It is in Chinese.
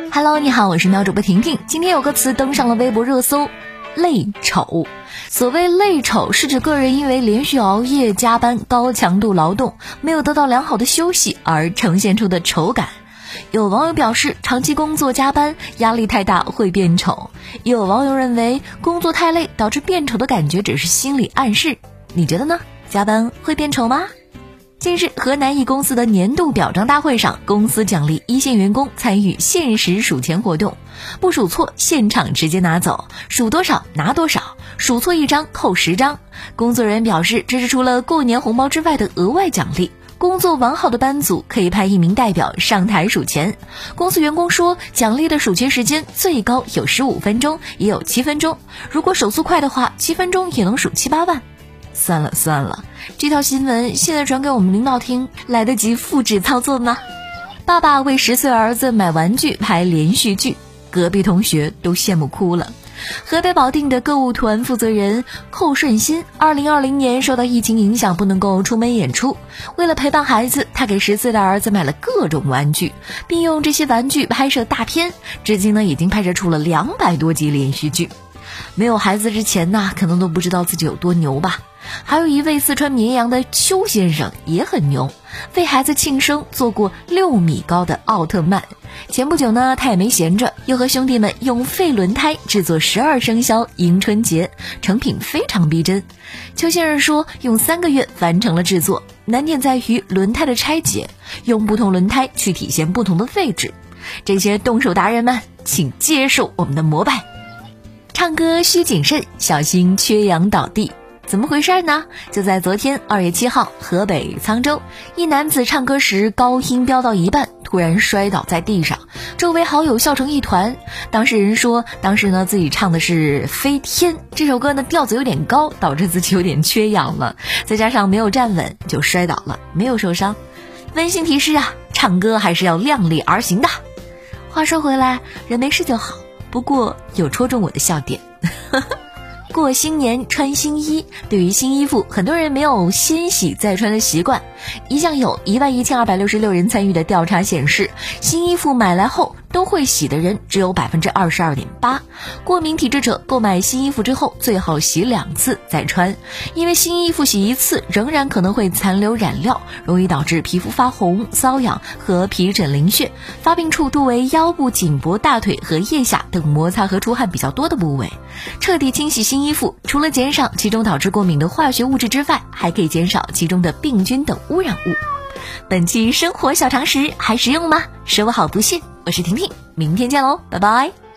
Hello， 你好，我是喵主播婷婷。今天有个词登上了微博热搜，累丑。所谓累丑，是指个人因为连续熬夜、加班、高强度劳动，没有得到良好的休息而呈现出的丑感。有网友表示，长期工作加班，压力太大会变丑。也有网友认为，工作太累导致变丑的感觉只是心理暗示。你觉得呢？加班会变丑吗？近日，河南一公司的年度表彰大会上，公司奖励一线员工参与限时数钱活动，不数错现场直接拿走，数多少拿多少，数错1张扣10张。工作人员表示，这是除了过年红包之外的额外奖励。工作完好的班组可以派1名代表上台数钱。公司员工说，奖励的数钱时间最高有15分钟，也有7分钟。如果手速快的话，7分钟也能数7、8万。算了，这条新闻现在转给我们领导听，来得及复制操作吗？爸爸为10岁儿子买玩具拍连续剧，隔壁同学都羡慕哭了。河北保定的购物团负责人寇顺新2020年受到疫情影响不能够出门演出，为了陪伴孩子，他给10岁的儿子买了各种玩具，并用这些玩具拍摄大片，至今呢已经拍摄出了200多集连续剧。没有孩子之前呢，可能都不知道自己有多牛吧。还有一位四川绵阳的邱先生也很牛，为孩子庆生做过6米高的奥特曼。前不久呢，他也没闲着，又和兄弟们用废轮胎制作12生肖迎春节，成品非常逼真。邱先生说，用3个月完成了制作，难点在于轮胎的拆解，用不同轮胎去体现不同的位置。这些动手达人们，请接受我们的膜拜。唱歌需谨慎，小心缺氧倒地。怎么回事呢？就在昨天2月7号，河北沧州，一男子唱歌时高音飙到一半，突然摔倒在地上，周围好友笑成一团。当事人说，当时呢自己唱的是《飞天》，这首歌呢调子有点高，导致自己有点缺氧了，再加上没有站稳就摔倒了，没有受伤。温馨提示啊，唱歌还是要量力而行的。话说回来，人没事就好，不过有戳中我的笑点。过新年穿新衣，对于新衣服，很多人没有先洗再穿的习惯。一项有11266人参与的调查显示，新衣服买来后都会洗的人只有 22.8%。过敏体质者购买新衣服之后最好洗2次再穿，因为新衣服洗1次仍然可能会残留染料，容易导致皮肤发红、瘙痒和皮疹淋血，发病处多为腰部、颈脖、大腿和腋下等摩擦和出汗比较多的部位。彻底清洗新衣服，除了减少其中导致过敏的化学物质之外，还可以减少其中的病菌等污染物。本期生活小常识还实用吗？说我好不信，我是婷婷，明天见喽，拜拜。